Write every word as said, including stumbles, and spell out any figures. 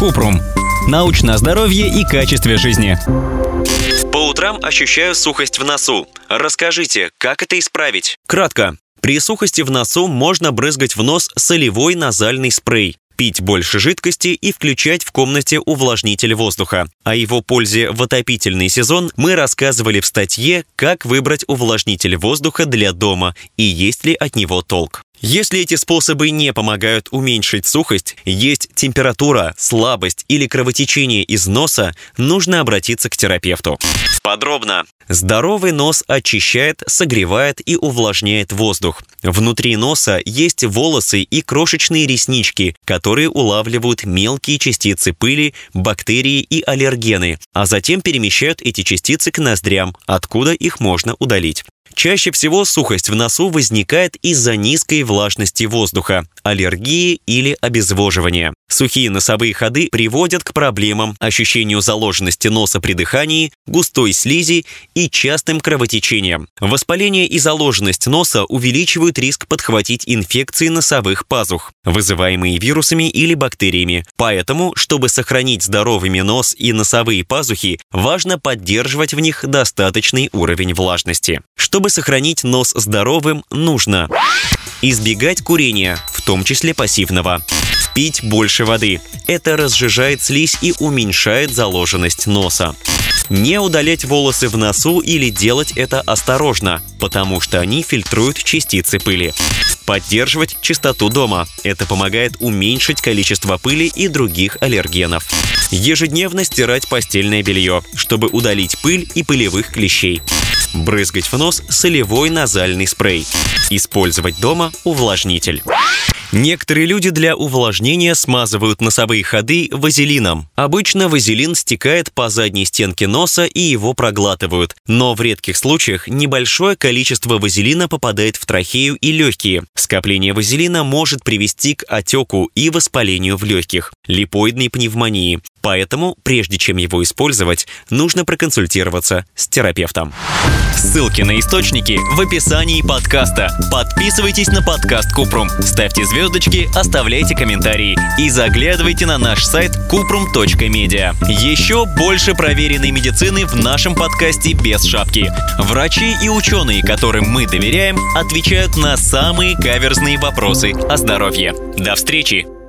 Купрум. Научное здоровье и качестве жизни. По утрам ощущаю сухость в носу. Расскажите, как это исправить? Кратко. При сухости в носу можно брызгать в нос солевой назальный спрей, пить больше жидкости и включать в комнате увлажнитель воздуха. О его пользе в отопительный сезон мы рассказывали в статье «Как выбрать увлажнитель воздуха для дома и есть ли от него толк». Если эти способы не помогают уменьшить сухость, есть температура, слабость или кровотечение из носа, нужно обратиться к терапевту. Подробно. Здоровый нос очищает, согревает и увлажняет воздух. Внутри носа есть волосы и крошечные реснички, которые улавливают мелкие частицы пыли, бактерии и аллергены, а затем перемещают эти частицы к ноздрям, откуда их можно удалить. Чаще всего сухость в носу возникает из-за низкой влажности воздуха, аллергии или обезвоживания. Сухие носовые ходы приводят к проблемам, ощущению заложенности носа при дыхании, густой слизи и частым кровотечениям. Воспаление и заложенность носа увеличивают риск подхватить инфекции носовых пазух, вызываемые вирусами или бактериями. Поэтому, чтобы сохранить здоровыми нос и носовые пазухи, важно поддерживать в них достаточный уровень влажности. Чтобы сохранить нос здоровым, нужно избегать курения, в том числе пассивного. Пить больше воды. Это разжижает слизь и уменьшает заложенность носа. Не удалять волосы в носу или делать это осторожно, потому что они фильтруют частицы пыли. Поддерживать чистоту дома. Это помогает уменьшить количество пыли и других аллергенов. Ежедневно стирать постельное белье, чтобы удалить пыль и пылевых клещей. Брызгать в нос солевой назальный спрей. Использовать дома увлажнитель. Некоторые люди для увлажнения смазывают носовые ходы вазелином. Обычно вазелин стекает по задней стенке носа и его проглатывают. Но в редких случаях небольшое количество вазелина попадает в трахею и легкие. Скопление вазелина может привести к отеку и воспалению в легких, липоидной пневмонии. Поэтому, прежде чем его использовать, нужно проконсультироваться с терапевтом. Ссылки на источники в описании подкаста. Подписывайтесь на подкаст Купрум, ставьте звездочки, оставляйте комментарии и заглядывайте на наш сайт купрум точка медиа. Еще больше проверенной медицины в нашем подкасте без шапки. Врачи и ученые, которым мы доверяем, отвечают на самые каверзные вопросы о здоровье. До встречи!